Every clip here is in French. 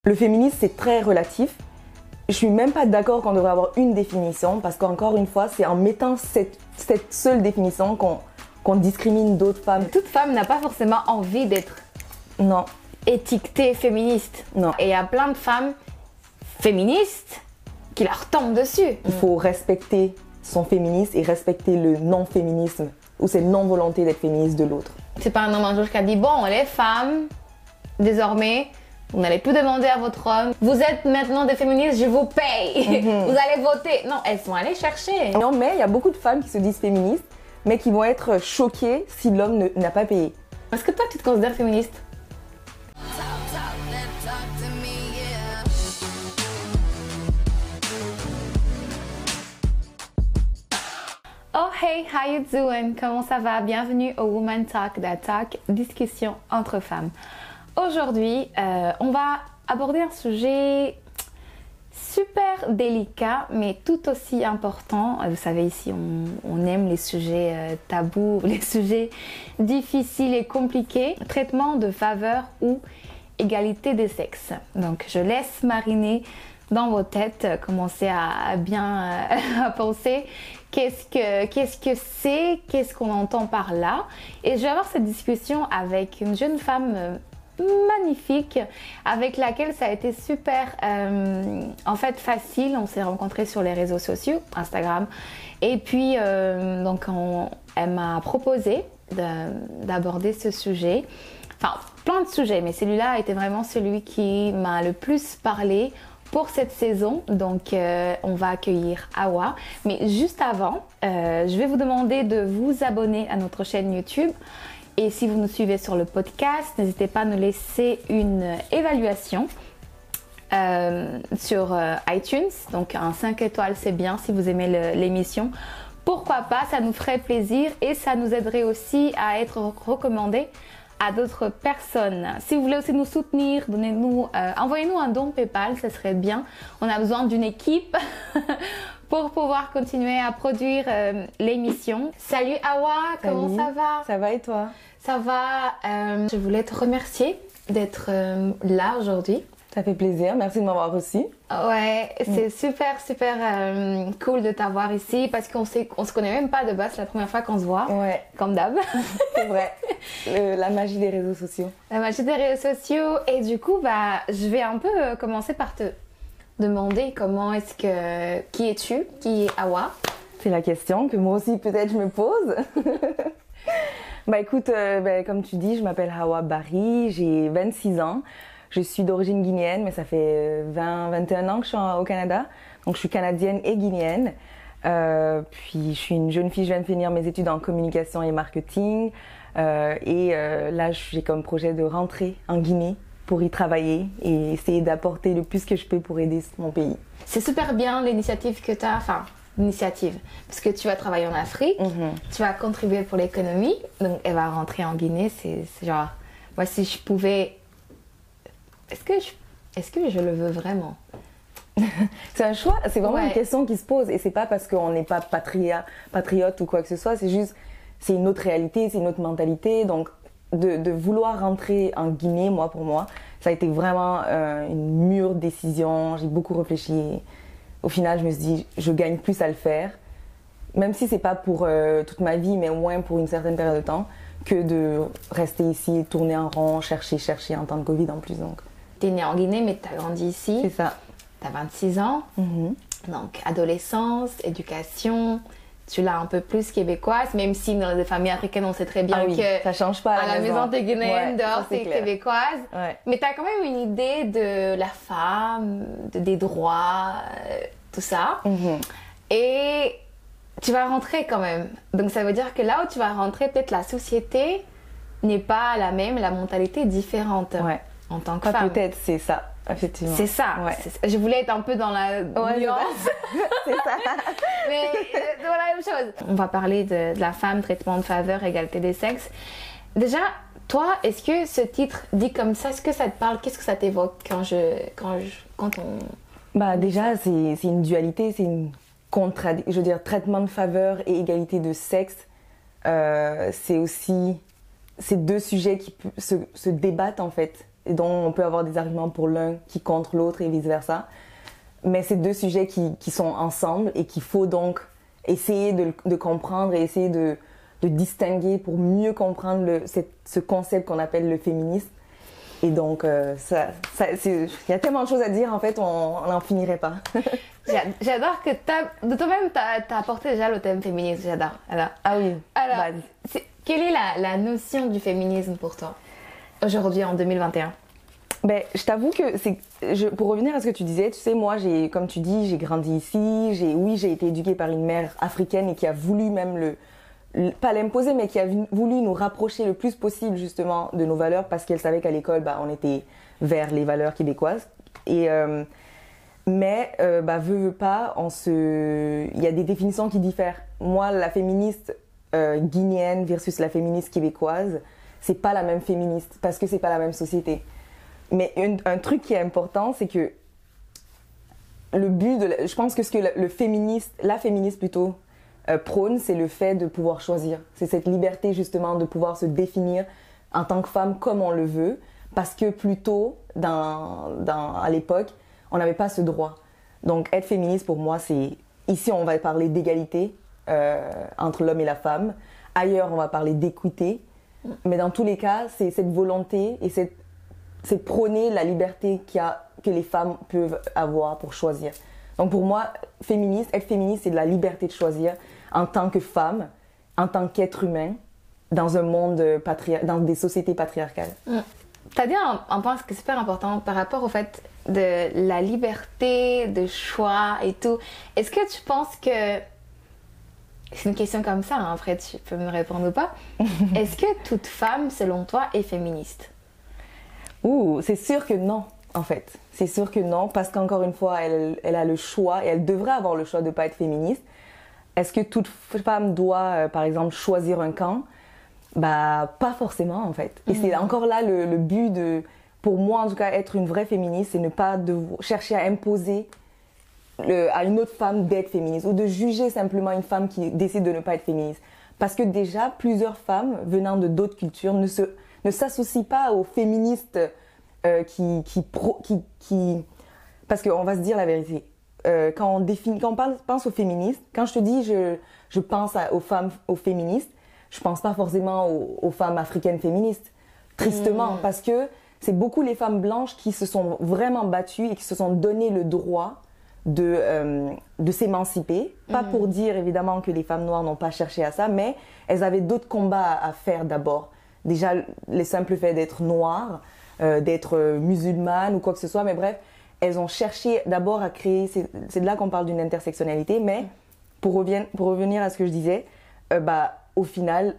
Le féminisme, c'est très relatif. Je suis même pas d'accord qu'on devrait avoir une définition parce qu'encore une fois, c'est en mettant cette seule définition qu'on discrimine d'autres femmes. Toute femme n'a pas forcément envie d'être Non. étiquetée féministe. Non. Et il y a plein de femmes féministes qui leur tombent dessus. Il faut respecter son féminisme et respecter le non-féminisme ou cette non-volonté d'être féministe de l'autre. C'est pas un homme un jour qui a dit « Bon, les femmes, désormais, vous n'allez plus demander à votre homme. Vous êtes maintenant des féministes, je vous paye. Vous allez voter. » Non, elles sont allées chercher. Non, mais il y a beaucoup de femmes qui se disent féministes, mais qui vont être choquées si l'homme n'a pas payé. Est-ce que toi, tu te considères féministe? Oh hey, how you doing? Comment ça va? Bienvenue au Woman Talk, That Talk, discussion entre femmes. Aujourd'hui, on va aborder un sujet super délicat, mais tout aussi important. Vous savez, ici, on aime les sujets tabous, les sujets difficiles et compliqués. Traitement de faveur ou égalité des sexes. Donc, je laisse mariner dans vos têtes, commencer à bien penser qu'est-ce que c'est, qu'est-ce qu'on entend par là. Et je vais avoir cette discussion avec une jeune femme magnifique avec laquelle ça a été super en fait facile. On s'est rencontrés sur les réseaux sociaux, Instagram, et puis donc elle m'a proposé d'aborder ce sujet, enfin plein de sujets, mais celui-là a été vraiment celui qui m'a le plus parlé pour cette saison. Donc on va accueillir Hawa, mais juste avant je vais vous demander de vous abonner à notre chaîne YouTube. Et si vous nous suivez sur le podcast, n'hésitez pas à nous laisser une évaluation sur iTunes. Donc un 5 étoiles, c'est bien si vous aimez l'émission. Pourquoi pas, ça nous ferait plaisir et ça nous aiderait aussi à être recommandé à d'autres personnes. Si vous voulez aussi nous soutenir, envoyez-nous un don PayPal, ça serait bien. On a besoin d'une équipe pour pouvoir continuer à produire l'émission. Salut Hawa, comment ça va? Ça va et toi? Ça va. Je voulais te remercier d'être là aujourd'hui. Ça fait plaisir, merci de m'avoir reçu. Ouais, c'est super cool de t'avoir ici parce qu'on se connaît même pas de base, c'est la première fois qu'on se voit. Ouais. Comme d'hab. C'est vrai. La magie des réseaux sociaux. La magie des réseaux sociaux. Et du coup, je vais un peu commencer par te demander qui es-tu? Qui est Hawa? C'est la question que moi aussi peut-être je me pose. Écoute, comme tu dis, je m'appelle Hawa Barry, j'ai 26 ans. Je suis d'origine guinéenne, mais ça fait 21 ans que je suis au Canada. Donc je suis canadienne et guinéenne. Puis je suis une jeune fille, je viens de finir mes études en communication et marketing. Là, j'ai comme projet de rentrer en Guinée pour y travailler et essayer d'apporter le plus que je peux pour aider mon pays. C'est super bien l'initiative que tu as, parce que tu vas travailler en Afrique, tu vas contribuer pour l'économie, donc elle va rentrer en Guinée, c'est genre, moi si je pouvais, est-ce que je le veux vraiment? C'est un choix, c'est vraiment une question qui se pose et c'est pas parce qu'on n'est pas patriote ou quoi que ce soit, c'est juste, c'est une autre réalité, c'est une autre mentalité, donc de vouloir rentrer en Guinée, pour moi, ça a été vraiment une mûre décision, j'ai beaucoup réfléchi. Au final, je me suis dit, je gagne plus à le faire, même si c'est pas pour toute ma vie, mais au moins pour une certaine période de temps, que de rester ici, tourner en rond, chercher en temps de Covid en plus. Donc. T'es née en Guinée, mais t'as grandi ici. C'est ça. T'as 26 ans, donc adolescence, éducation, tu l'as un peu plus québécoise, même si dans les familles africaines, on sait très bien que ça change pas à la maison t'es guinéenne, dehors t'es québécoise. Ouais. Mais t'as quand même une idée de la femme, des droits, tout ça. Et tu vas rentrer quand même. Donc ça veut dire que là où tu vas rentrer, peut-être la société n'est pas la même, la mentalité est différente en tant que femme. Peut-être, c'est ça. Effectivement. C'est ça. Je voulais être un peu dans la nuance. C'est ça. Mais c'est la même chose. On va parler de la femme, traitement de faveur, égalité des sexes. Déjà, toi, est-ce que ce titre dit comme ça, est-ce que ça te parle? Qu'est-ce que ça t'évoque quand on... Déjà, c'est une dualité, c'est une contradiction. Je veux dire, traitement de faveur et égalité de sexe, c'est aussi... C'est deux sujets qui se débattent en fait. et dont on peut avoir des arguments pour l'un qui contre l'autre et vice-versa. Mais c'est deux sujets qui sont ensemble et qu'il faut donc essayer de comprendre et essayer de distinguer pour mieux comprendre ce concept qu'on appelle le féminisme. Et donc, il y a tellement de choses à dire, en fait, on n'en finirait pas. J'adore que de toi-même, t'as apporté déjà le thème féminisme, j'adore. Ah oui. Alors, quelle est la notion du féminisme pour toi, aujourd'hui, en 2021? Ben, je t'avoue que, pour revenir à ce que tu disais, tu sais, moi, comme tu dis, j'ai grandi ici, j'ai été éduquée par une mère africaine et qui a voulu même pas l'imposer, mais qui a voulu nous rapprocher le plus possible justement de nos valeurs parce qu'elle savait qu'à l'école, on était vers les valeurs québécoises. Et veut pas, il y a des définitions qui diffèrent. Moi, la féministe guinéenne versus la féministe québécoise, c'est pas la même féministe parce que c'est pas la même société. Mais un truc qui est important, c'est que le but je pense que ce que la féministe plutôt prône, c'est le fait de pouvoir choisir. C'est cette liberté justement de pouvoir se définir en tant que femme comme on le veut, parce que plus tôt, à l'époque, on n'avait pas ce droit. Donc être féministe pour moi, ici on va parler d'égalité entre l'homme et la femme. Ailleurs on va parler d'équité. Mais dans tous les cas, c'est cette volonté et c'est prôner la liberté que les femmes peuvent avoir pour choisir. Donc pour moi, être féministe, c'est de la liberté de choisir en tant que femme, en tant qu'être humain, dans un monde dans des sociétés patriarcales. Tu as dit un point qui est super important par rapport au fait de la liberté de choix et tout. Est-ce que tu penses que... C'est une question comme ça, hein, après tu peux me répondre ou pas. Est-ce que toute femme, selon toi, est féministe? C'est sûr que non, en fait. C'est sûr que non, parce qu'encore une fois, elle a le choix, et elle devrait avoir le choix de ne pas être féministe. Est-ce que toute femme doit, par exemple, choisir un camp? Pas forcément, en fait. Et c'est encore là le but pour moi, en tout cas, être une vraie féministe, c'est ne pas chercher à imposer à une autre femme d'être féministe, ou de juger simplement une femme qui décide de ne pas être féministe. Parce que déjà, plusieurs femmes venant de d'autres cultures ne s'associent pas aux féministes parce qu'on va se dire la vérité. Quand on pense aux féministes, quand je te dis je pense aux féministes, je pense pas forcément aux femmes africaines féministes. Tristement, parce que c'est beaucoup les femmes blanches qui se sont vraiment battues et qui se sont donné le droit de s'émanciper. Pas pour dire évidemment que les femmes noires n'ont pas cherché à ça, mais elles avaient d'autres combats à faire d'abord. Déjà, les simples faits d'être noire, d'être musulmane ou quoi que ce soit, mais bref, elles ont cherché d'abord à créer, c'est de là qu'on parle d'une intersectionnalité, mais pour revenir à ce que je disais, au final,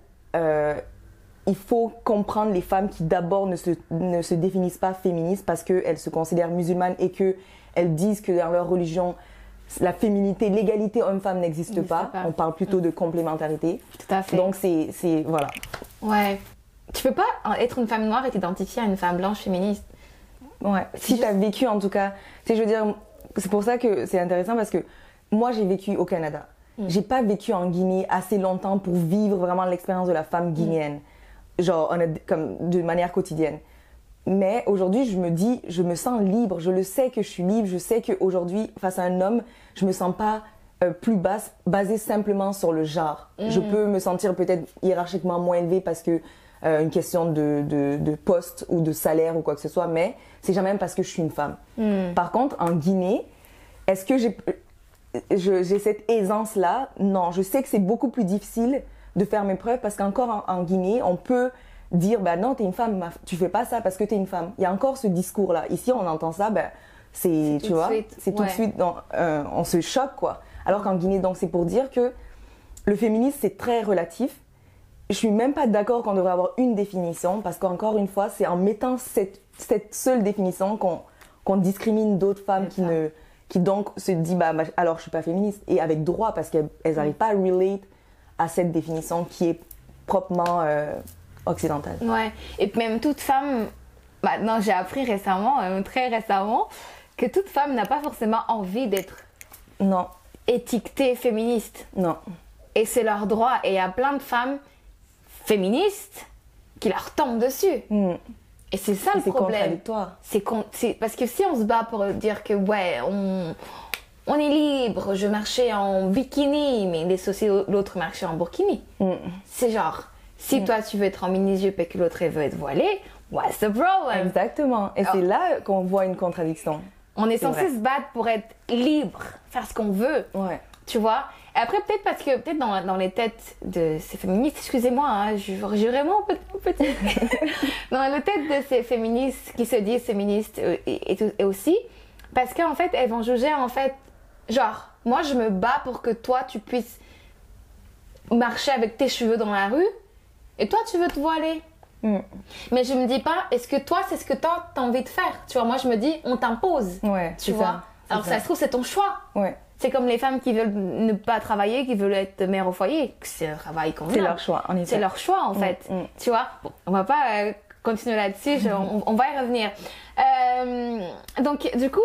il faut comprendre les femmes qui d'abord ne se définissent pas féministes parce qu'elles se considèrent musulmanes et qu'elles disent que dans leur religion, la féminité, l'égalité homme-femme n'existe pas. On parle plutôt de complémentarité. Tout à fait. Donc voilà. Ouais. Tu peux pas être une femme noire et t'identifier à une femme blanche féministe. Ouais. Si tu as vécu, en tout cas, je veux dire, c'est pour ça que c'est intéressant parce que moi j'ai vécu au Canada. J'ai pas vécu en Guinée assez longtemps pour vivre vraiment l'expérience de la femme guinéenne, genre comme de manière quotidienne. Mais aujourd'hui, je me dis, je me sens libre. Je le sais que je suis libre. Je sais qu'aujourd'hui, face à un homme, je me sens pas plus basée simplement sur le genre. Je peux me sentir peut-être hiérarchiquement moins élevée parce que une question de poste ou de salaire ou quoi que ce soit, mais c'est jamais parce que je suis une femme. Par contre, en Guinée, est-ce que j'ai cette aisance-là? Non, je sais que c'est beaucoup plus difficile de faire mes preuves parce qu'encore en Guinée, on peut dire non, t'es une femme, tu fais pas ça parce que t'es une femme. Il y a encore ce discours-là. Ici, on entend ça, c'est tout de suite, on se choque, quoi. Alors qu'en Guinée, donc, c'est pour dire que le féminisme, c'est très relatif. Je suis même pas d'accord qu'on devrait avoir une définition parce qu'encore une fois, c'est en mettant cette seule définition qu'on discrimine d'autres femmes qui donc se disent alors je suis pas féministe, et avec droit parce qu'elles n'arrivent pas à relate à cette définition qui est proprement occidentale. Ouais, et même toute femme, maintenant j'ai appris récemment, très récemment, que toute femme n'a pas forcément envie d'être étiquetée féministe. Non. Et c'est leur droit, et il y a plein de femmes féministes qui leur tombent dessus. Et c'est ça le c'est problème. Contradictoire. C'est parce que si on se bat pour dire que ouais, on est libre, je marchais en bikini, mais l'autre marchait en burkini. C'est genre, si toi tu veux être en mini-jupe et que l'autre veut être voilée, what's the problem? Exactement. Et c'est là qu'on voit une contradiction. On est censé se battre pour être libre, faire ce qu'on veut. Ouais. Tu vois? Et après, peut-être parce que, peut-être dans les têtes de ces féministes, excusez-moi, hein, j'ai vraiment petit. Dans les têtes de ces féministes qui se disent féministes et aussi, parce qu'en fait, elles vont juger, en fait, genre, moi je me bats pour que toi tu puisses marcher avec tes cheveux dans la rue et toi tu veux te voiler. Mais je me dis pas, est-ce que toi c'est ce que toi t'as envie de faire? Tu vois, moi je me dis, on t'impose. Ouais, tu vois. Alors ça se trouve, c'est ton choix. Ouais. C'est comme les femmes qui veulent ne pas travailler, qui veulent être mères au foyer. C'est un travail qu'on a. C'est leur choix, en effet. C'est leur choix, en fait. Tu vois, bon, on va pas continuer là-dessus, on va y revenir. Donc, du coup,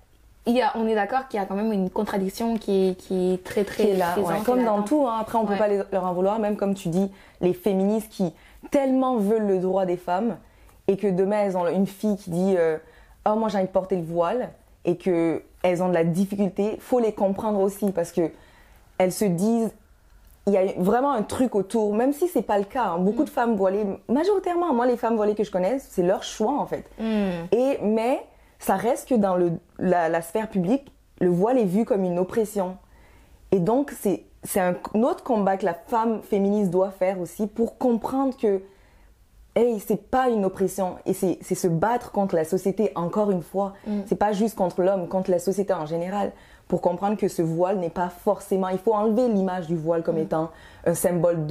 on est d'accord qu'il y a quand même une contradiction qui est très, très là, présente. Comme dans tout, hein. Après, on peut pas leur en vouloir, même comme tu dis, les féministes qui tellement veulent le droit des femmes et que demain, elles ont une fille qui dit « Oh, moi, j'ai envie de porter le voile » et qu'elles ont de la difficulté, faut les comprendre aussi parce que elles se disent, il y a vraiment un truc autour, même si c'est pas le cas. Hein, beaucoup de femmes voilées, majoritairement, moi les femmes voilées que je connais, c'est leur choix en fait. Mais ça reste que dans la sphère publique, le voile est vu comme une oppression. Et donc c'est un autre combat que la femme féministe doit faire aussi pour comprendre que hey, c'est pas une oppression et c'est se battre contre la société encore une fois. C'est pas juste contre l'homme, contre la société en général pour comprendre que ce voile n'est pas forcément... Il faut enlever l'image du voile comme étant un symbole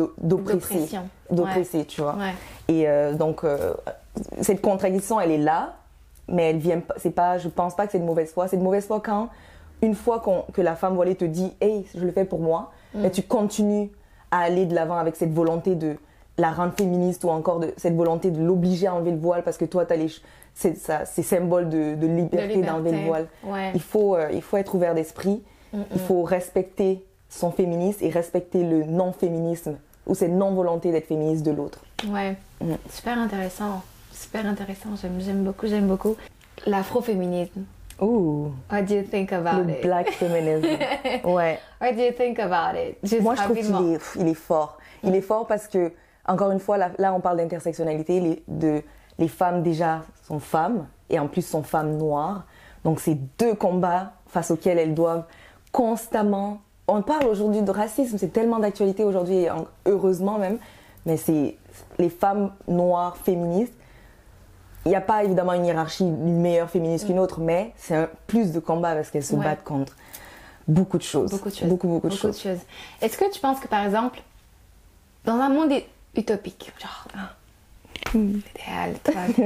d'oppressé, tu vois. Ouais. Et donc, cette contradiction, elle est là, mais elle vient pas... C'est pas, je pense pas que c'est de mauvaise foi. C'est de mauvaise foi quand, une fois que la femme voilée te dit « Hey, je le fais pour moi », mais tu continues à aller de l'avant avec cette volonté de la rendre féministe ou encore cette volonté de l'obliger à enlever le voile parce que toi, t'as ces symboles de liberté d'enlever le voile. Ouais. Il faut être ouvert d'esprit, il faut respecter son féminisme et respecter le non-féminisme ou cette non-volonté d'être féministe de l'autre. Ouais, super intéressant. J'aime beaucoup. L'afroféminisme. Ooh. What do you think about it? Le black feminism. Ouais. What do you think about it? Just moi, je trouve qu'il est fort. Il est fort parce que encore une fois, là on parle d'intersectionnalité, les femmes déjà sont femmes et en plus sont femmes noires. Donc c'est deux combats face auxquels elles doivent constamment... On parle aujourd'hui de racisme, c'est tellement d'actualité aujourd'hui, heureusement même, mais c'est les femmes noires féministes. Il n'y a pas évidemment une hiérarchie, une meilleure féministe qu'une autre, mais c'est un plus de combat parce qu'elles se battent contre beaucoup de choses. Beaucoup de choses. Est-ce que tu penses que par exemple, dans un monde utopique, genre idéal,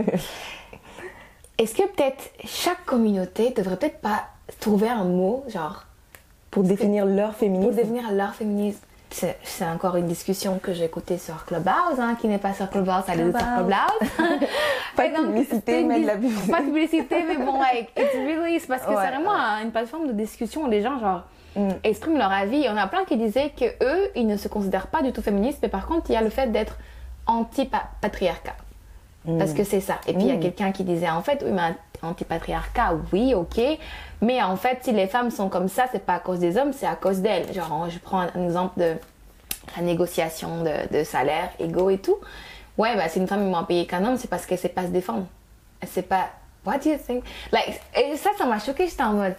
est-ce que peut-être chaque communauté devrait peut-être pas trouver un mot genre pour définir leur féminisme? Pour définir leur féminisme. C'est encore une discussion que j'ai écoutée sur Clubhouse, hein, qui n'est pas sur Clubhouse, allez sur Clubhouse. Pas de publicité, mais de la publicité. Pas de publicité, mais bon, like, it's really, parce que c'est vraiment une plateforme de discussion où les gens genre expriment leur avis. Il y en a plein qui disaient que eux, ils ne se considèrent pas du tout féministes, mais par contre, il y a le fait d'être anti-patriarcat. Parce que c'est ça. Et puis il y a quelqu'un qui disait en fait, oui, mais anti-patriarcat, oui, ok. Mais en fait, si les femmes sont comme ça, c'est pas à cause des hommes, c'est à cause d'elles. Genre, je prends un exemple de la négociation de salaire égaux et tout. Ouais, bah, si une femme est moins payée qu'un homme, c'est parce qu'elle sait pas se défendre. Elle sait pas. What do you think? Like, et ça m'a choquée. J'étais en mode,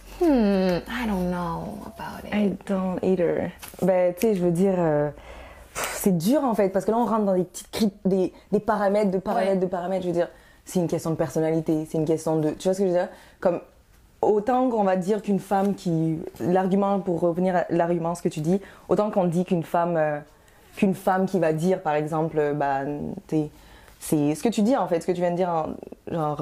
I don't know about it. I don't either. Ben, tu sais, je veux dire, c'est dur en fait, parce que là, on rentre dans des paramètres, de paramètres. Je veux dire, c'est une question de personnalité, c'est une question de. Tu vois ce que je veux dire? Comme. Autant qu'on va dire qu'une femme qui... L'argument, pour revenir à l'argument, ce que tu dis, autant qu'on dit qu'une femme qui va dire, par exemple, bah, c'est ce que tu dis, en fait, ce que tu viens de dire, genre,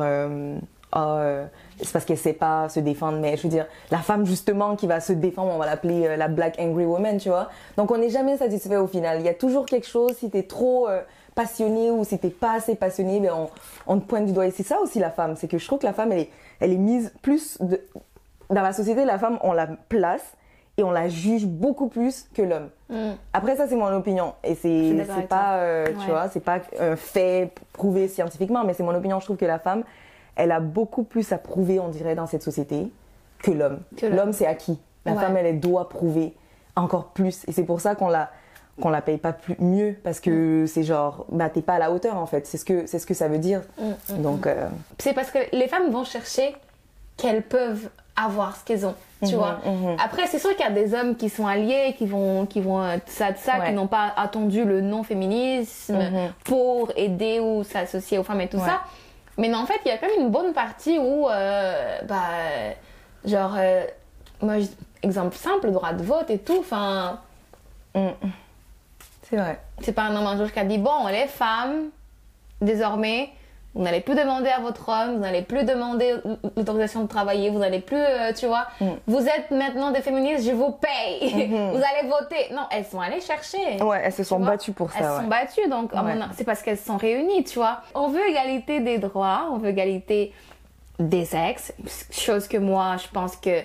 c'est parce qu'elle sait pas se défendre, mais je veux dire, la femme, justement, qui va se défendre, on va l'appeler la Black Angry Woman, tu vois. Donc, on n'est jamais satisfait au final. Il y a toujours quelque chose, si t'es trop passionné ou si t'es pas assez passionné, ben on te pointe du doigt. Et c'est ça aussi, la femme, c'est que je trouve que la femme, elle est mise plus dans la société, la femme, on la place et on la juge beaucoup plus que l'homme. Après, ça, c'est mon opinion. Et c'est pas, tu vois, c'est pas un fait prouvé scientifiquement, mais c'est mon opinion. Je trouve que la femme, elle a beaucoup plus à prouver, on dirait, dans cette société que l'homme. L'homme, c'est acquis. La femme, elle doit prouver encore plus. Et c'est pour ça qu'on la paye pas mieux, parce que c'est genre, bah, t'es pas à la hauteur, en fait. C'est ce que ça veut dire. Donc, c'est parce que les femmes vont chercher qu'elles peuvent avoir ce qu'elles ont, tu vois. Après, c'est sûr qu'il y a des hommes qui sont alliés, qui vont qui n'ont pas attendu le non-féminisme pour aider ou s'associer aux femmes et tout ça. Mais non, en fait, il y a quand même une bonne partie où, moi, exemple simple, le droit de vote et tout, enfin... C'est vrai. C'est pas un homme un jour qui a dit, bon, les femmes, désormais, vous n'allez plus demander à votre homme, vous n'allez plus demander l'autorisation de travailler, vous n'allez plus, tu vois, vous êtes maintenant des féministes, je vous paye, vous allez voter. Non, elles sont allées chercher. Ouais, elles se sont battues pour ça. Elles se sont battues, donc c'est parce qu'elles se sont réunies, tu vois. On veut égalité des droits, on veut égalité des sexes, chose que moi, je pense que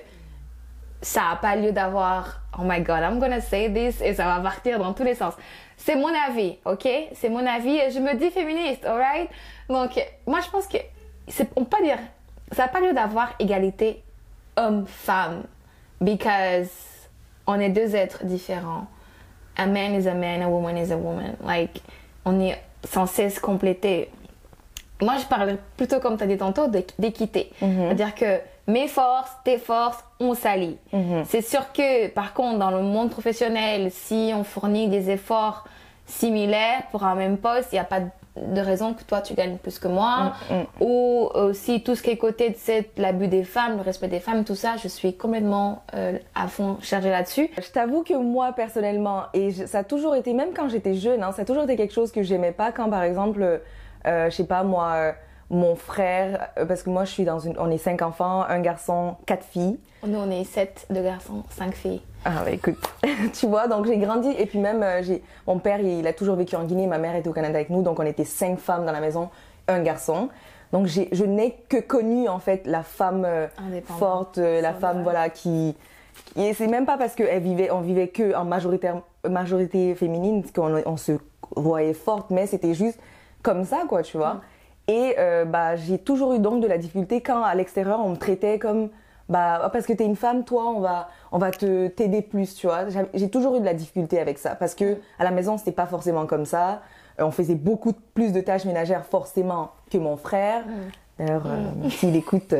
ça n'a pas lieu d'avoir, oh my god, I'm gonna say this, et ça va partir dans tous les sens. C'est mon avis, ok? C'est mon avis et je me dis féministe, alright? Donc, moi, je pense que on peut pas dire, ça n'a pas lieu d'avoir égalité homme-femme, because on est deux êtres différents. A man is a man, a woman is a woman. Like, on est censé se compléter. Moi, je parle plutôt, comme tu as dit tantôt, d'équité. C'est-à-dire que mes forces, tes forces, on s'allie. C'est sûr que, par contre, dans le monde professionnel, si on fournit des efforts similaires pour un même poste, il n'y a pas de raison que toi, tu gagnes plus que moi. Ou aussi, tout ce qui est côté de l'abus des femmes, le respect des femmes, tout ça, je suis complètement à fond chargée là-dessus. Je t'avoue que moi, personnellement, et ça a toujours été, même quand j'étais jeune, ça a toujours été quelque chose que j'aimais pas quand, par exemple... je sais pas moi, mon frère, parce que moi je suis on est 5 enfants, un garçon, 4 filles. Nous on est 7 de garçons, 5 filles. Ah bah écoute, tu vois, donc j'ai grandi et puis même mon père il a toujours vécu en Guinée, ma mère était au Canada avec nous, donc on était 5 femmes dans la maison, un garçon. Donc je n'ai que connu en fait la femme forte, la femme voilà qui... Et c'est même pas parce on vivait que en majorité féminine qu'on se voyait forte, mais c'était juste comme ça quoi, tu vois. Et j'ai toujours eu donc de la difficulté quand à l'extérieur on me traitait comme parce que t'es une femme, toi on va t'aider plus, tu vois. J'ai toujours eu de la difficulté avec ça parce que à la maison c'était pas forcément comme ça. On faisait beaucoup plus de tâches ménagères forcément que mon frère. D'ailleurs, s'il écoute,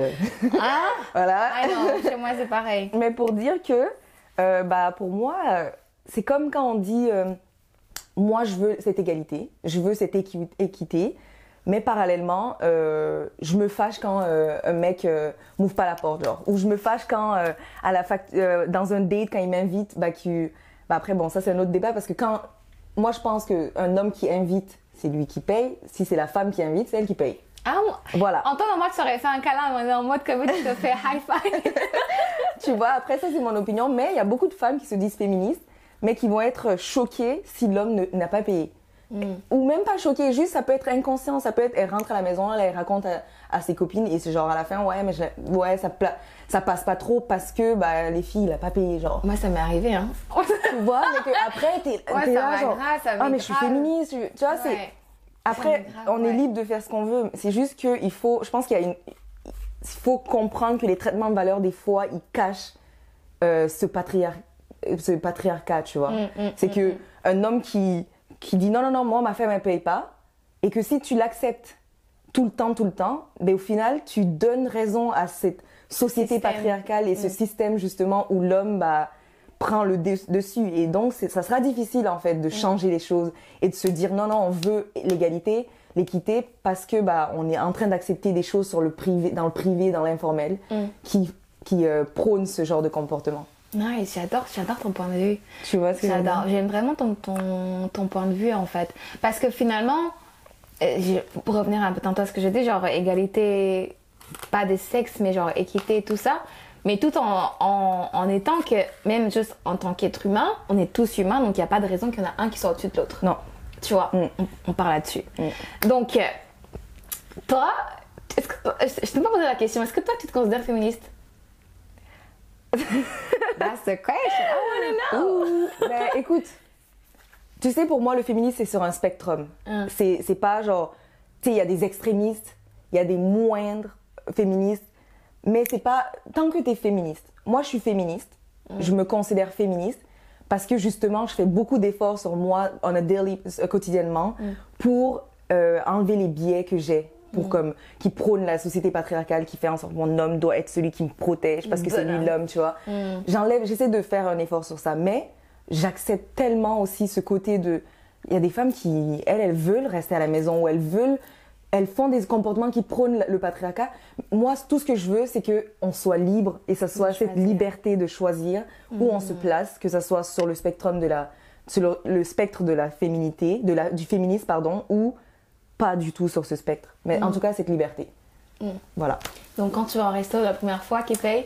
voilà. Ah non, chez moi c'est pareil. Mais pour dire que pour moi c'est comme quand on dit moi je veux cette égalité, je veux cette équité. Mais parallèlement, je me fâche quand un mec m'ouvre pas la porte, genre. Ou je me fâche quand, dans un date, quand il m'invite, après, bon, ça c'est un autre débat, parce que moi je pense qu'un homme qui invite, c'est lui qui paye. Si c'est la femme qui invite, c'est elle qui paye. Ah, voilà. En temps normal, tu aurais fait un câlin, en mode comme tu te fais high five. Tu vois, après ça c'est mon opinion, mais il y a beaucoup de femmes qui se disent féministes, mais qui vont être choquées si l'homme n'a pas payé. Ou même pas choquée, juste ça peut être inconscient, ça peut être elle rentre à la maison, elle raconte à ses copines et c'est genre à la fin ça passe pas trop parce que les filles il a pas payé genre. Moi ça m'est arrivé tu vois, mais que après t'es là genre mais je suis féministe, tu vois c'est après on est libre de faire ce qu'on veut, c'est juste que je pense qu'il faut comprendre que les traitements de valeur des fois ils cachent ce patriarcat, tu vois. C'est que un homme qui dit non, moi ma femme elle paye pas, et que si tu l'acceptes tout le temps, au final tu donnes raison à cette société patriarcale et ce système justement où l'homme prend le dessus, et donc ça sera difficile en fait de changer les choses et de se dire non on veut l'égalité, l'équité, parce que on est en train d'accepter des choses dans le privé, dans l'informel qui prônent ce genre de comportement. Nice, j'adore ton point de vue. Tu vois ce que j'adore. J'aime vraiment ton point de vue en fait. Parce que finalement, pour revenir un peu tantôt à ce que j'ai dit, genre égalité, pas des sexes, mais genre équité et tout ça, mais tout en étant que, même juste en tant qu'être humain, on est tous humains, donc il n'y a pas de raison qu'il y en a un qui soit au-dessus de l'autre. Non. Tu vois, on parle là-dessus. Donc, toi, je t'ai pas posé la question, est-ce que toi tu te considères féministe? That's the question. I wanna know. Ben, écoute, tu sais, pour moi, le féminisme, c'est sur un spectrum. C'est pas genre... Tu sais, il y a des extrémistes, il y a des moindres féministes, mais c'est pas... Tant que t'es féministe, moi, je suis féministe, je me considère féministe, parce que justement, je fais beaucoup d'efforts sur moi, quotidiennement, pour enlever les biais que j'ai. Qui prône la société patriarcale, qui fait en sorte que mon homme doit être celui qui me protège parce que c'est lui l'homme, tu vois. J'essaie de faire un effort sur ça, mais j'accepte tellement aussi ce côté de... Il y a des femmes qui, elles veulent rester à la maison, ou elles font des comportements qui prônent le patriarcat. Moi, tout ce que je veux, c'est qu'on soit libre, et ça soit cette liberté de choisir où on se place, que ça soit sur le spectrum sur le spectre de la féminité, du féminisme, pardon, ou pas du tout sur ce spectre. Mais en tout cas, cette liberté. Voilà. Donc, quand tu vas au resto la première fois, qui paye?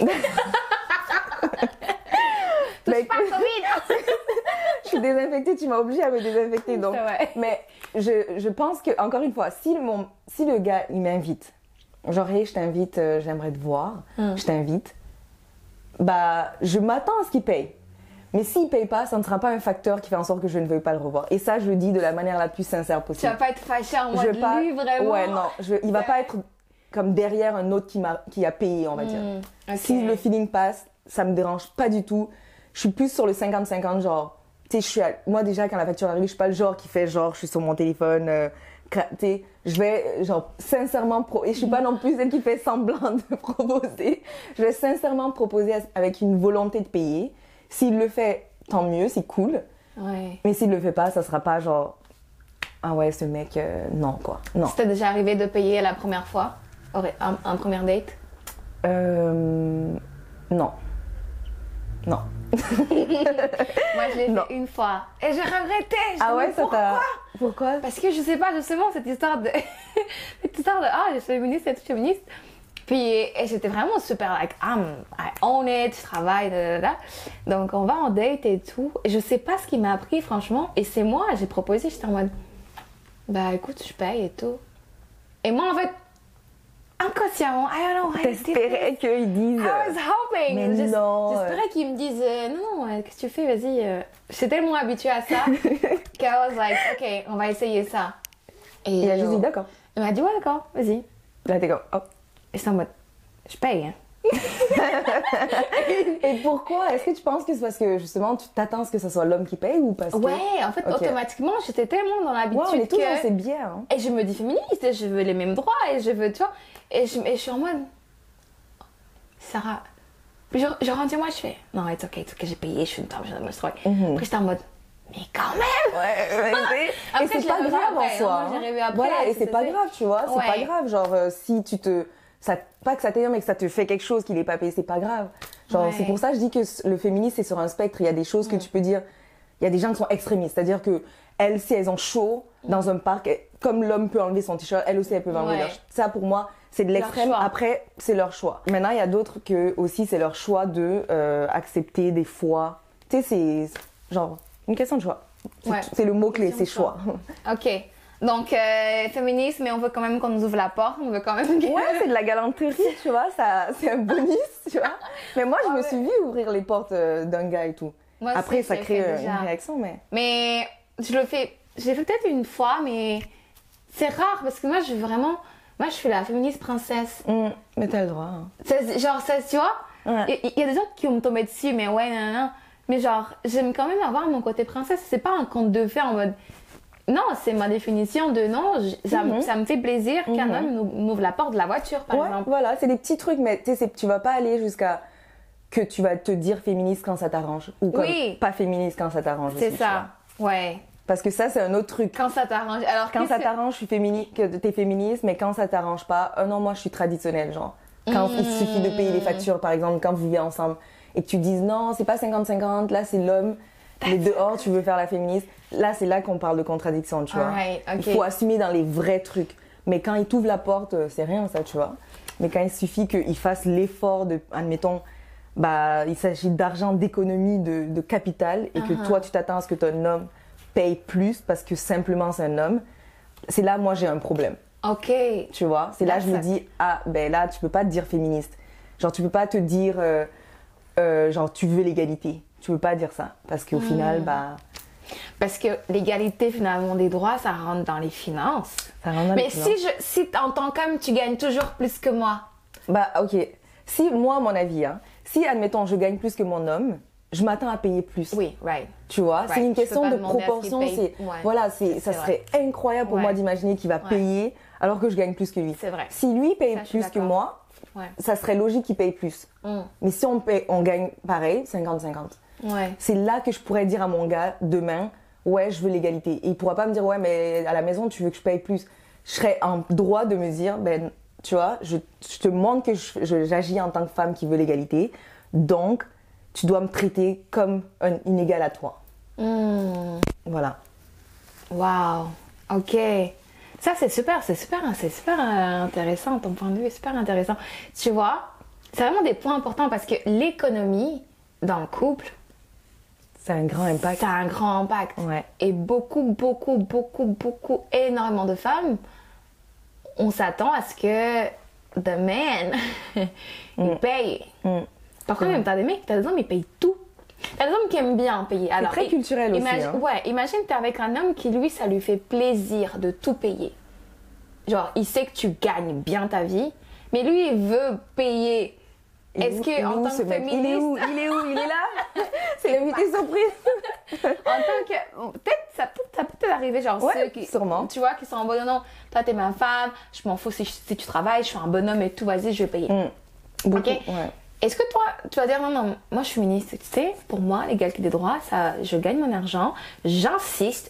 Touche pas Covid. Je suis désinfectée, tu m'as obligée à me désinfecter. Donc. Mais je pense que, encore une fois, si le gars, il m'invite, genre, hey, je t'invite, j'aimerais te voir, je t'invite, bah, je m'attends à ce qu'il paye. Mais s'il paye pas, ça ne sera pas un facteur qui fait en sorte que je ne veuille pas le revoir. Et ça, je le dis de la manière la plus sincère possible. Tu vas pas être fâchée en mode lui, vraiment. Ouais, non. Il va pas être comme derrière un autre qui a payé, on va dire. Okay. Si le feeling passe, ça me dérange pas du tout. Je suis plus sur le 50-50, genre... Tu sais, moi déjà, quand la facture arrive, je suis pas le genre qui fait genre, je suis sur mon téléphone... tu sais, je vais, genre, sincèrement... Et je suis pas non plus celle qui fait semblant de proposer. Je vais sincèrement proposer avec une volonté de payer. S'il le fait, tant mieux, c'est cool. Ouais. Mais s'il le fait pas, ça sera pas genre... Ah ouais, ce mec, non, quoi. Non. C'était déjà arrivé de payer la première fois, en première date? Non. Non. Moi, je l'ai fait une fois. Et j'ai regretté. Pourquoi? Parce que je sais pas, justement, cette histoire de... je suis féministe, je suis féministe. Puis, j'étais vraiment super, like, I own it, je travaille, Donc, on va en date et tout. Et je sais pas ce qui m'a appris, franchement. Et c'est moi, j'ai proposé, j'étais en mode, bah, écoute, je paye et tout. Et moi, en fait, inconsciemment, I don't know. T'espérais qu'ils disent... I was hoping. Mais non. J'espérais qu'ils me disent, non, qu'est-ce que tu fais, vas-y. J'étais tellement habituée à ça qu'I was like, ok, on va essayer ça. Et il a juste dit d'accord. Il m'a dit, ouais, d'accord, vas-y. Là, t'es comme, hop. Et c'est en mode, je paye, hein. Et pourquoi? Est-ce que tu penses que c'est parce que justement tu t'attends à ce que ce soit l'homme qui paye ou parce que... Ouais, en fait, automatiquement, j'étais tellement dans l'habitude on est tous dans ces biais. Hein. Et je me dis féministe, et je veux les mêmes droits, et je veux, tu vois. Et je suis en mode... Sarah... Puis je rentre chez moi, je fais... Non, it's okay, j'ai payé, je suis une femme, je me suis Après, j'étais en mode... Mais quand même! Ouais, et c'est pas grave en soi. Voilà, et c'est pas grave, tu vois. C'est pas grave, genre, si tu te... pas que ça t'énerve, mais que ça te fait quelque chose qui n'est pas payé, c'est pas grave. Genre, c'est pour ça que je dis que le féminisme, c'est sur un spectre. Il y a des choses que tu peux dire... Il y a des gens qui sont extrémistes. C'est-à-dire que elles, si elles ont chaud dans un parc, comme l'homme peut enlever son t-shirt, elles aussi, elles peuvent enlever leur... Ça, pour moi, c'est de l'extrême. Après, c'est leur choix. Maintenant, il y a d'autres que, aussi, c'est leur choix de accepter des fois. Tu sais, c'est genre une question de choix. C'est le mot-clé, c'est choix. OK. Donc, féminisme, mais on veut quand même qu'on nous ouvre la porte. On veut quand même... Ouais, c'est de la galanterie, tu vois. C'est un bonus, tu vois. Mais moi, je me suis vue ouvrir les portes d'un gars et tout. Moi après, ça crée une réaction, mais... Mais je l'ai fait peut-être une fois, mais c'est rare parce que moi, je suis la féministe princesse. Mais t'as le droit. Hein. Genre, ça, tu vois, il y a des autres qui vont me tomber dessus, mais ouais, non. Mais genre, j'aime quand même avoir mon côté princesse. C'est pas un conte de fées en mode... Non, c'est ma définition de non. Ça me fait plaisir qu'un homme m'ouvre la porte de la voiture, par exemple. Voilà, c'est des petits trucs, mais tu vas pas aller jusqu'à que tu vas te dire féministe quand ça t'arrange. Ou comme pas féministe quand ça t'arrange. C'est ça, ouais. Parce que ça, c'est un autre truc. Quand ça t'arrange. Alors, quand ça t'arrange, je suis féministe, que t'es féministe, mais quand ça t'arrange pas, non, moi, je suis traditionnelle, genre. Quand il suffit de payer les factures, par exemple, quand vous vivez ensemble, et que tu dises non, c'est pas 50-50, là, c'est l'homme. Mais dehors, tu veux faire la féministe. Là, c'est là qu'on parle de contradiction, tu vois. Il faut assumer dans les vrais trucs. Mais quand il t'ouvre la porte, c'est rien, ça, tu vois. Mais quand il suffit qu'il fasse l'effort de, admettons, il s'agit d'argent, d'économie, de capital, et que toi, tu t'attends à ce que ton homme paye plus parce que simplement c'est un homme, c'est là, moi, j'ai un problème. Ok. Tu vois, c'est là, je me dis, là, tu peux pas te dire féministe. Genre, tu peux pas te dire... genre tu veux l'égalité. Tu veux pas dire ça parce qu'au final, Parce que l'égalité finalement des droits, ça rentre dans les finances. Ça rentre dans mais les finances. si en tant qu'homme, tu gagnes toujours plus que moi. Bah ok. Si moi, à mon avis, si admettons je gagne plus que mon homme, je m'attends à payer plus. Oui, right. Tu vois, Right. c'est une Je peux question pas de demander à ce proportion. qu'il paye. Voilà, C'est ça vrai. serait incroyable pour moi d'imaginer qu'il va payer alors que je gagne plus que lui. C'est vrai. Si lui paye Ça, je suis plus que d'accord. moi, ça serait logique qu'il paye plus. Mais si on gagne pareil, 50-50. Ouais. C'est là que je pourrais dire à mon gars demain, ouais, je veux l'égalité. Et il pourra pas me dire, ouais, mais à la maison, tu veux que je paye plus. Je serais en droit de me dire, ben, tu vois, je te montre que j'agis en tant que femme qui veut l'égalité. Donc, tu dois me traiter comme une égale à toi. Voilà. Wow. Ok. Ça, c'est super intéressant. Ton point de vue est super intéressant. Tu vois, c'est vraiment des points importants parce que l'économie dans le couple, C'est un grand impact. ça a un grand impact. Ouais. Et beaucoup, énormément de femmes, on s'attend à ce que the man, il paye. Par contre, même t'as des hommes, ils payent tout. T'as des hommes qui aiment bien payer. Alors, très culturel aussi. Ouais, imagine t'es avec un homme qui, lui, ça lui fait plaisir de tout payer. Genre, il sait que tu gagnes bien ta vie, mais lui, il veut payer. Est-ce que en tant que féministe... Il est où Il est là. C'est l'invité surprise. En tant que... Peut-être, ça peut arriver, genre ceux qui... sûrement. Tu vois, qui sont en mode, non, toi, t'es ma femme, je m'en fous si tu travailles, je suis un bonhomme et tout, vas-y, je vais payer. Beaucoup, Ok. ouais. Est-ce que toi, tu vas dire non, moi je suis féministe, tu sais, pour moi, l'égalité des droits, ça, je gagne mon argent, j'insiste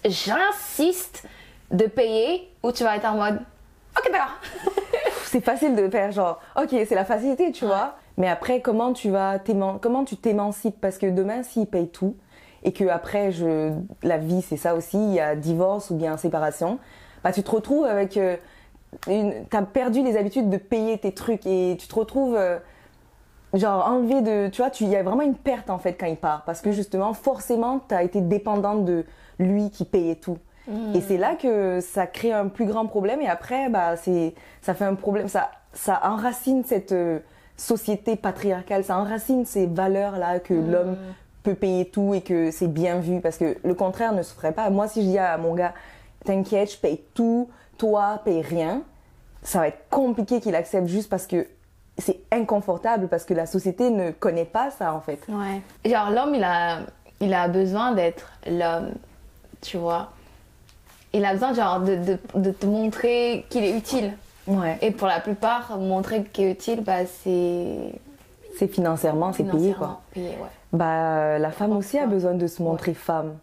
de payer, ou tu vas être en mode, ok, d'accord. C'est facile de faire genre, ok, c'est la facilité, tu vois. Mais après, comment tu t'émancipes? Parce que demain, s'il paye tout, et que après, la vie, c'est ça aussi, il y a divorce ou bien séparation, bah tu te retrouves avec... t'as perdu les habitudes de payer tes trucs et tu te retrouves... genre enlevé de... Tu vois, il y a vraiment une perte en fait quand il part. Parce que justement, forcément, t'as été dépendante de lui qui payait tout. Et c'est là que ça crée un plus grand problème. Et après, bah, ça fait un problème. Ça enracine cette société patriarcale. Ça enracine ces valeurs-là que l'homme peut payer tout et que c'est bien vu. Parce que le contraire ne se ferait pas. Moi, si je dis à mon gars, t'inquiète, je paye tout, toi, paye rien, ça va être compliqué qu'il accepte juste parce que c'est inconfortable parce que la société ne connaît pas ça en fait. Ouais. Genre l'homme il a besoin d'être l'homme, tu vois. Il a besoin genre de te montrer qu'il est utile. Ouais. Et pour la plupart, montrer qu'il est utile, bah c'est financièrement, c'est payé quoi. Payé, ouais. Bah la femme aussi a besoin de se montrer femme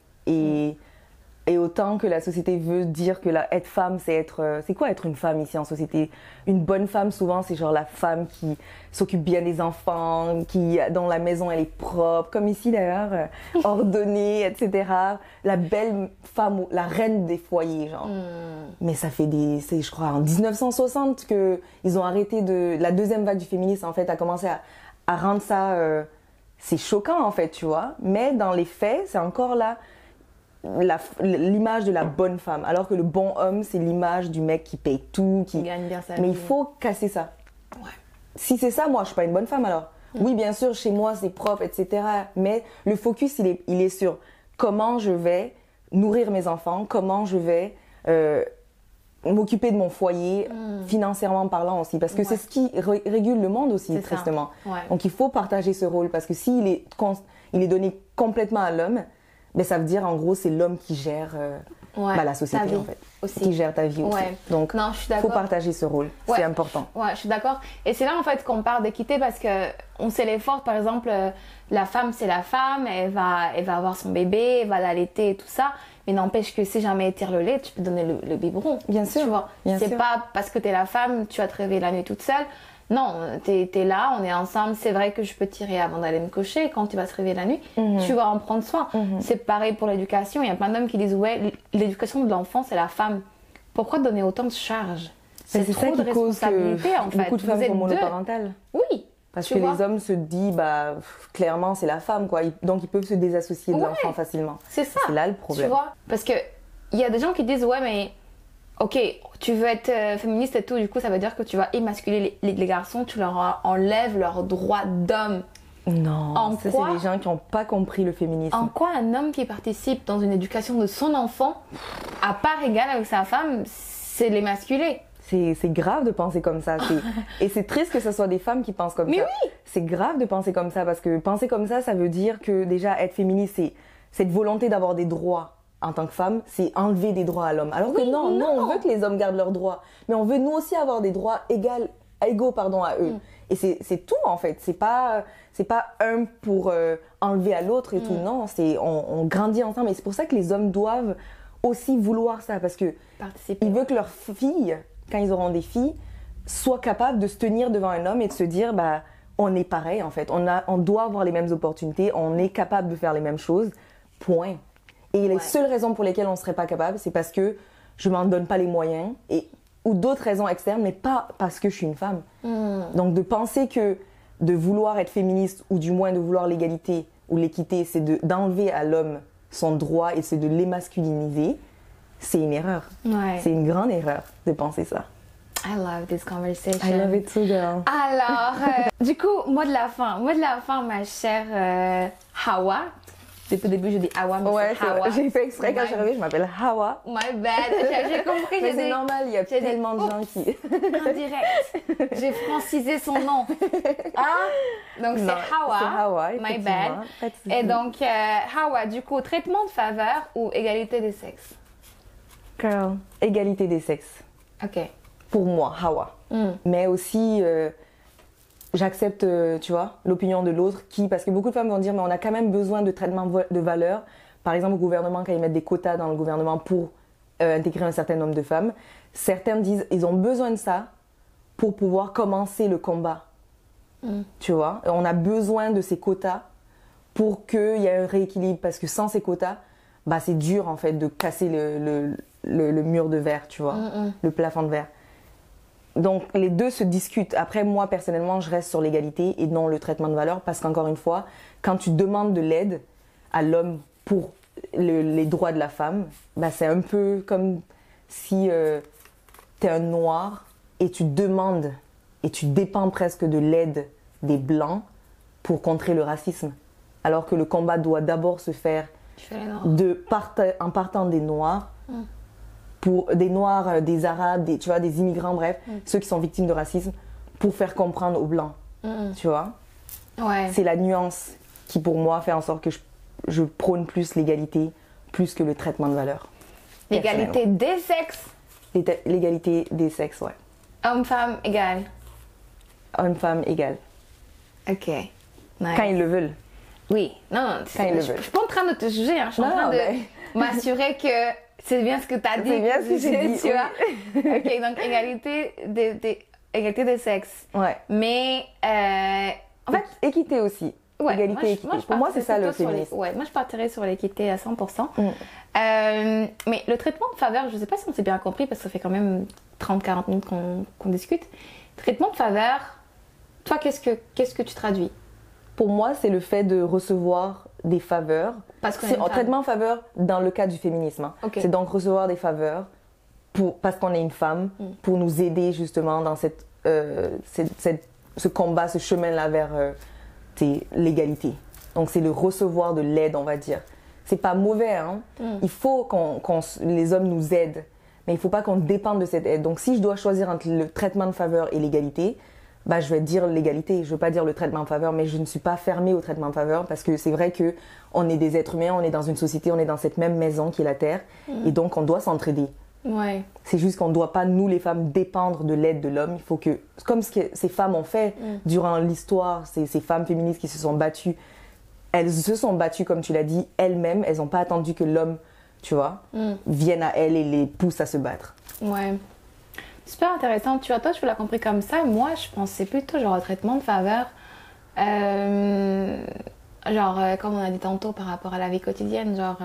et autant que la société veut dire que être femme, c'est quoi être une femme ici en société? Une bonne femme, souvent, c'est genre la femme qui s'occupe bien des enfants, qui, dans la maison, elle est propre, comme ici d'ailleurs, ordonnée, etc. La belle femme, la reine des foyers, genre. Mais ça fait c'est, je crois, en 1960 qu'ils ont arrêté la deuxième vague du féminisme, en fait, a commencé à rendre ça, c'est choquant, en fait, tu vois. Mais dans les faits, c'est encore là, l'image de la bonne femme, alors que le bon homme, c'est l'image du mec qui paye tout, qui gagne bien sa vie. Mais il faut casser ça. Ouais. Si c'est ça, moi, je suis pas une bonne femme alors. Oui, bien sûr, chez moi, c'est propre, etc. Mais le focus, il est sur comment je vais nourrir mes enfants, comment je vais m'occuper de mon foyer, financièrement parlant aussi. Parce que c'est ce qui régule le monde aussi, tristement. Ouais. Donc, il faut partager ce rôle. Parce que s'il est donné complètement à l'homme, ben, ça veut dire, en gros, c'est l'homme qui gère la société, en fait. Aussi. Qui gère ta vie aussi. Donc, il faut partager ce rôle. C'est important. Ouais, je suis d'accord. Et c'est là, en fait, qu'on parle d'équité parce que on s'efforce, par exemple, la femme, c'est la femme, elle va avoir son bébé, elle va l'allaiter et tout ça. Mais n'empêche que si jamais elle tire le lait, tu peux donner le biberon. Bien sûr. Tu vois. C'est pas parce que t'es la femme, tu vas te réveiller la nuit toute seule. Non, t'es là, on est ensemble. C'est vrai que je peux tirer avant d'aller me coucher. Quand tu vas te réveiller la nuit, tu vas en prendre soin. C'est pareil pour l'éducation. Il y a plein d'hommes qui disent ouais, l'éducation de l'enfant, c'est la femme. Pourquoi donner autant de charges? C'est trop de responsabilité en fait. Beaucoup de femmes sont monoparentales. Oui. Parce que les hommes se disent, bah, clairement, c'est la femme, quoi. Donc, ils peuvent se désassocier de l'enfant facilement. C'est ça. C'est là le problème. Tu vois? Parce que il y a des gens qui disent ouais, mais ok, tu veux être féministe et tout, du coup ça veut dire que tu vas émasculer les garçons, tu leur enlèves leurs droits d'homme. Non, En ça quoi c'est des gens qui n'ont pas compris le féminisme. En quoi un homme qui participe dans une éducation de son enfant, à part égale avec sa femme, c'est l'émasculer? C'est grave de penser comme ça. Et c'est triste que ce soit des femmes qui pensent comme Mais ça. oui! C'est grave de penser comme ça parce que penser comme ça veut dire que déjà être féministe, c'est cette volonté d'avoir des droits en tant que femme, c'est enlever des droits à l'homme. Alors que Oui, non, nous non. on veut que les hommes gardent leurs droits, mais on veut nous aussi avoir des droits égaux à eux. Et c'est tout en fait. C'est pas un pour enlever à l'autre et tout. Non, on grandit ensemble. Et c'est pour ça que les hommes doivent aussi vouloir ça parce que Participer. ils veulent que leurs filles, quand ils auront des filles, soient capables de se tenir devant un homme et de se dire bah on est pareil en fait. On doit avoir les mêmes opportunités, on est capable de faire les mêmes choses. Point. Et les seules raisons pour lesquelles on ne serait pas capable, c'est parce que je m'en donne pas les moyens ou d'autres raisons externes, mais pas parce que je suis une femme. Donc de penser que de vouloir être féministe ou du moins de vouloir l'égalité ou l'équité, c'est d'enlever à l'homme son droit et c'est de l'émasculiniser, c'est une erreur. Ouais. C'est une grande erreur de penser ça. I love this conversation. I love it too, girl. Alors, du coup, mot de la fin, ma chère Hawa. Depuis le début, je dis Hawa, mais Ouais, c'est Hawa. j'ai fait exprès quand je suis arrivée, je m'appelle Hawa. My bad, j'ai compris. Mais c'est normal, il y a j'ai dit, tellement de gens qui... Indirect. J'ai francisé son nom. Hein? Donc c'est Non, Hawa. c'est Hawa, My effectivement. bad. Pas de souci. Et donc, Hawa, du coup, traitement de faveur ou égalité des sexes? Girl, égalité des sexes. Ok. Pour moi, Hawa. Mais aussi, j'accepte, tu vois, l'opinion de l'autre parce que beaucoup de femmes vont dire, mais on a quand même besoin de traitement de valeur. Par exemple, au gouvernement, quand ils mettent des quotas dans le gouvernement pour intégrer un certain nombre de femmes, certaines disent, ils ont besoin de ça pour pouvoir commencer le combat. Tu vois, et on a besoin de ces quotas pour qu'il y ait un rééquilibre parce que sans ces quotas, bah, c'est dur en fait de casser le mur de verre, tu vois, le plafond de verre. Donc les deux se discutent. Après, moi personnellement, je reste sur l'égalité et non le traitement de valeur parce qu'encore une fois, quand tu demandes de l'aide à l'homme pour les droits de la femme, bah, c'est un peu comme si tu es un noir et tu demandes et tu dépends presque de l'aide des blancs pour contrer le racisme. Alors que le combat doit d'abord se faire en partant des noirs, pour des noirs, des arabes, tu vois, des immigrants, bref, ceux qui sont victimes de racisme, pour faire comprendre aux blancs, tu vois. Ouais. C'est la nuance qui, pour moi, fait en sorte que je prône plus l'égalité, plus que le traitement de valeur. L'égalité des sexes. L'égalité des sexes, ouais. Homme-femme égale. Homme-femme égale. Ok. Nice. Quand ils le veulent. Oui. Non, Quand ils le je veulent. suis pas en train de te juger, hein. Je suis en train de m'assurer que c'est bien ce que tu as dit. C'est bien ce que j'ai dit, tu vois. Ok, donc égalité des sexes. Ouais. Mais en fait, équité aussi. Ouais, égalité, équité. Pour moi, c'est ça le féminisme. Ouais, moi je partirais sur l'équité à 100%. Mais le traitement de faveur, je sais pas si on s'est bien compris parce que ça fait quand même 30-40 minutes qu'on discute. Traitement de faveur, toi, qu'est-ce que tu traduis? Pour moi, c'est le fait de recevoir des faveurs. C'est un traitement de faveur dans le cas du féminisme. Hein. Okay. C'est donc recevoir des faveurs parce qu'on est une femme, pour nous aider justement dans ce combat, ce chemin-là vers l'égalité. Donc c'est le recevoir de l'aide, on va dire. C'est pas mauvais, hein. Il faut les hommes nous aident, mais il faut pas qu'on dépende de cette aide. Donc si je dois choisir entre le traitement de faveur et l'égalité, bah, je vais dire l'égalité, je veux pas dire le traitement de faveur, mais je ne suis pas fermée au traitement de faveur parce que c'est vrai que on est des êtres humains, on est dans une société, on est dans cette même maison qui est la Terre, et donc on doit s'entraider. Ouais. C'est juste qu'on ne doit pas, nous les femmes, dépendre de l'aide de l'homme. Il faut que, comme ce que ces femmes ont fait durant l'histoire, ces femmes féministes qui se sont battues, elles se sont battues, comme tu l'as dit, elles-mêmes, elles n'ont pas attendu que l'homme, tu vois, vienne à elles et les pousse à se battre. Ouais. Super intéressant. Tu vois, toi, tu l'as compris comme ça. Moi, je pensais plutôt genre au traitement de faveur. Comme on a dit tantôt par rapport à la vie quotidienne, genre,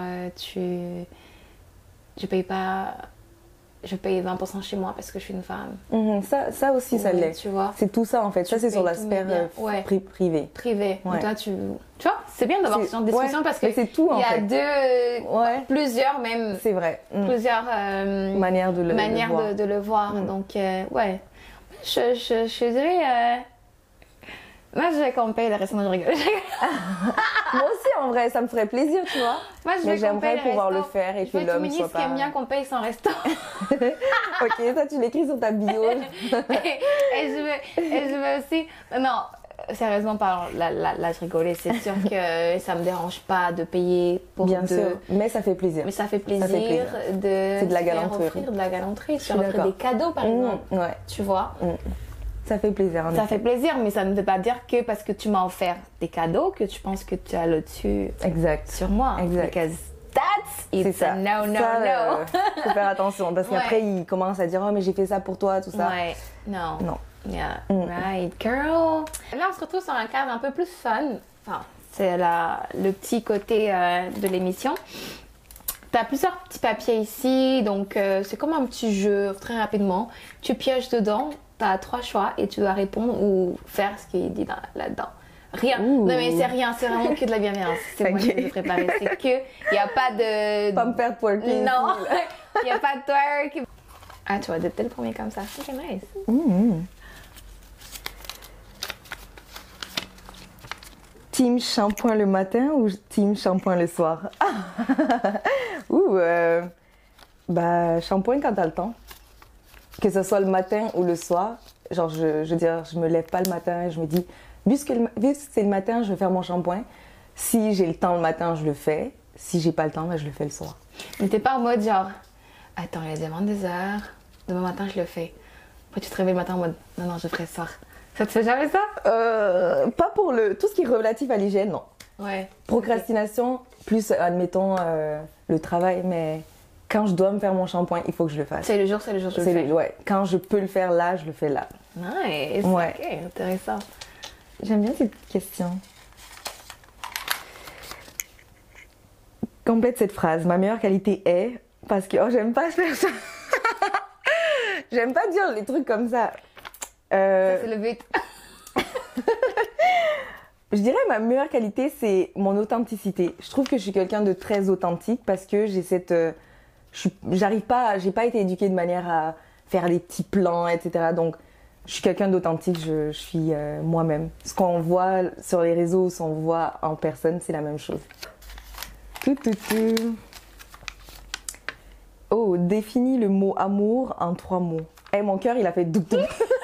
je paye 20% chez moi parce que je suis une femme. Ça aussi, ça l'est. Tu vois. C'est tout ça, en fait. Ça, c'est sur la sphère privée. Privé. Ouais. Toi, tu vois, c'est bien d'avoir ce genre de discussion parce que c'est tout, il y a plusieurs même. C'est vrai. Plusieurs manières de le voir. Donc, ouais. Je dirais Moi, je vais qu'on me paye le restant, je rigole. Moi aussi, en vrai, ça me ferait plaisir, tu vois. Moi, je mais vais qu'on paye j'aimerais pouvoir restos. le faire et je que veux l'homme me soit ce qui aime bien qu'on paye son resto. Ok, ça, tu l'écris sur ta bio. et je veux aussi... Non, sérieusement parlant, là, je rigolais. C'est sûr que ça me dérange pas de payer pour Bien sûr, mais ça fait plaisir. Mais ça fait plaisir, de c'est de la galanterie. offrir de la galanterie. Je suis offrir des cadeaux, par exemple. Ouais. Tu vois Ça fait plaisir, en Ça effet. fait plaisir, mais ça ne veut pas dire que parce que tu m'as offert des cadeaux que tu penses que tu as le dessus Exact. sur moi. Exact. Because that's it's ça. a no. Faut faire attention parce qu'après, il commence à dire oh, mais j'ai fait ça pour toi, tout ça. Ouais, non. Non. Yeah, right, girl. Là, on se retrouve sur un cadre un peu plus fun. Enfin, c'est le petit côté de l'émission. Tu as plusieurs petits papiers ici, donc c'est comme un petit jeu, très rapidement. Tu pioches dedans, tu as 3 choix et tu dois répondre ou faire ce qui est dit là-dedans. Rien. Ouh. Non, mais c'est rien, c'est vraiment que de la bienveillance. C'est moi qui vous ai préparé. C'est que, il n'y a pas de. Pas me faire twerker. Non, il n'y a pas de twerk. Ah, tu vois, dès le premier comme ça. Ok, nice. Team shampoing le matin ou team shampoing le soir? Bah, shampoing quand t'as le temps. Que ce soit le matin ou le soir. Genre, je veux dire, je me lève pas le matin et je me dis, vu que c'est le matin, je vais faire mon shampoing. Si j'ai le temps le matin, je le fais. Si j'ai pas le temps, ben, je le fais le soir. Mais t'es pas en mode genre, attends, il est 22h, demain matin je le fais. Après tu te réveilles le matin en mode, non, je ferai le soir. Ça te fait jamais ça? Pas pour tout ce qui est relatif à l'hygiène, non. Ouais. Procrastination, plus admettons le travail, mais quand je dois me faire mon shampoing, il faut que je le fasse. C'est le jour, je le fais. Ouais, quand je peux le faire là, je le fais là. Nice, ouais. Ok, intéressant. J'aime bien cette question. Complète cette phrase. Ma meilleure qualité est... Parce que... Oh, j'aime pas faire ça. J'aime pas dire les trucs comme ça. Ça, c'est le but. Je dirais ma meilleure qualité, c'est mon authenticité. Je trouve que je suis quelqu'un de très authentique parce que j'ai cette... j'ai pas été éduquée de manière à faire des petits plans, etc. Donc, je suis quelqu'un d'authentique, je suis moi-même. Ce qu'on voit sur les réseaux ou ce qu'on voit en personne, c'est la même chose. Oh, définis le mot amour en 3 mots. Eh, mon cœur, il a fait douk-douk.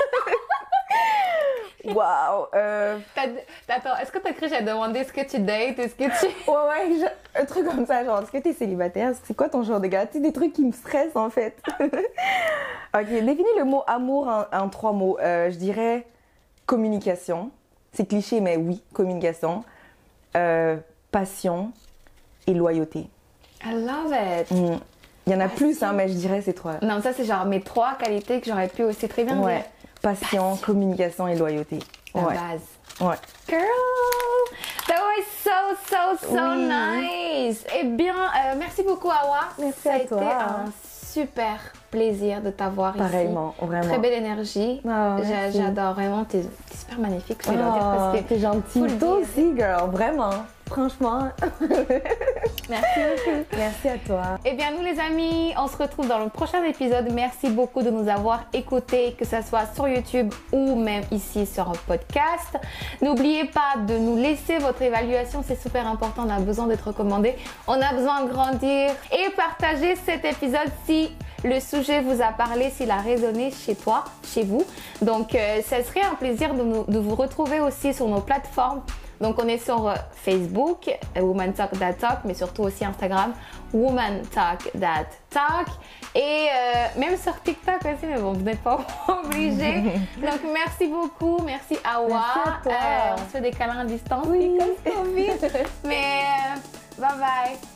Waouh. Attends, est-ce que t'as cru que j'ai demandé est-ce que tu dates, est-ce que tu... Ouais, un truc comme ça, genre, est-ce que t'es célibataire? C'est quoi ton genre de gars? Tu sais, des trucs qui me stressent, en fait. Ok, définis le mot amour en 3 mots. Je dirais communication. C'est cliché, mais oui, communication. Passion et loyauté. I love it. Il y en a plus, hein, mais je dirais ces 3. Non, ça, c'est genre mes 3 qualités que j'aurais pu aussi très bien dire. Passion, communication et loyauté. La base. Ouais. Girl, that was so nice. Eh bien, merci beaucoup, Awa. Merci ça à a été toi. un super plaisir de t'avoir ici. Pareillement, vraiment. Très belle énergie. Oh, j'adore vraiment, t'es super magnifique. Je vais leur dire parce que t'es gentille. Toi aussi, girl, vraiment. Franchement. Merci beaucoup. Merci à toi. Eh bien, nous les amis, on se retrouve dans le prochain épisode. Merci beaucoup de nous avoir écoutés, que ce soit sur YouTube ou même ici sur un podcast. N'oubliez pas de nous laisser votre évaluation, c'est super important. On a besoin d'être recommandé, on a besoin de grandir et partagez cet épisode si le sujet vous a parlé, s'il a résonné chez toi, chez vous. Donc, ça serait un plaisir de vous retrouver aussi sur nos plateformes. Donc, on est sur Facebook, Woman Talk That Talk, mais surtout aussi Instagram, Woman Talk That Talk. Et même sur TikTok aussi, mais bon, vous n'êtes pas obligés. Donc, merci beaucoup. Merci Awa. Merci à toi. On se fait des câlins à distance. Oui. C'est comme Covid. Mais bye bye.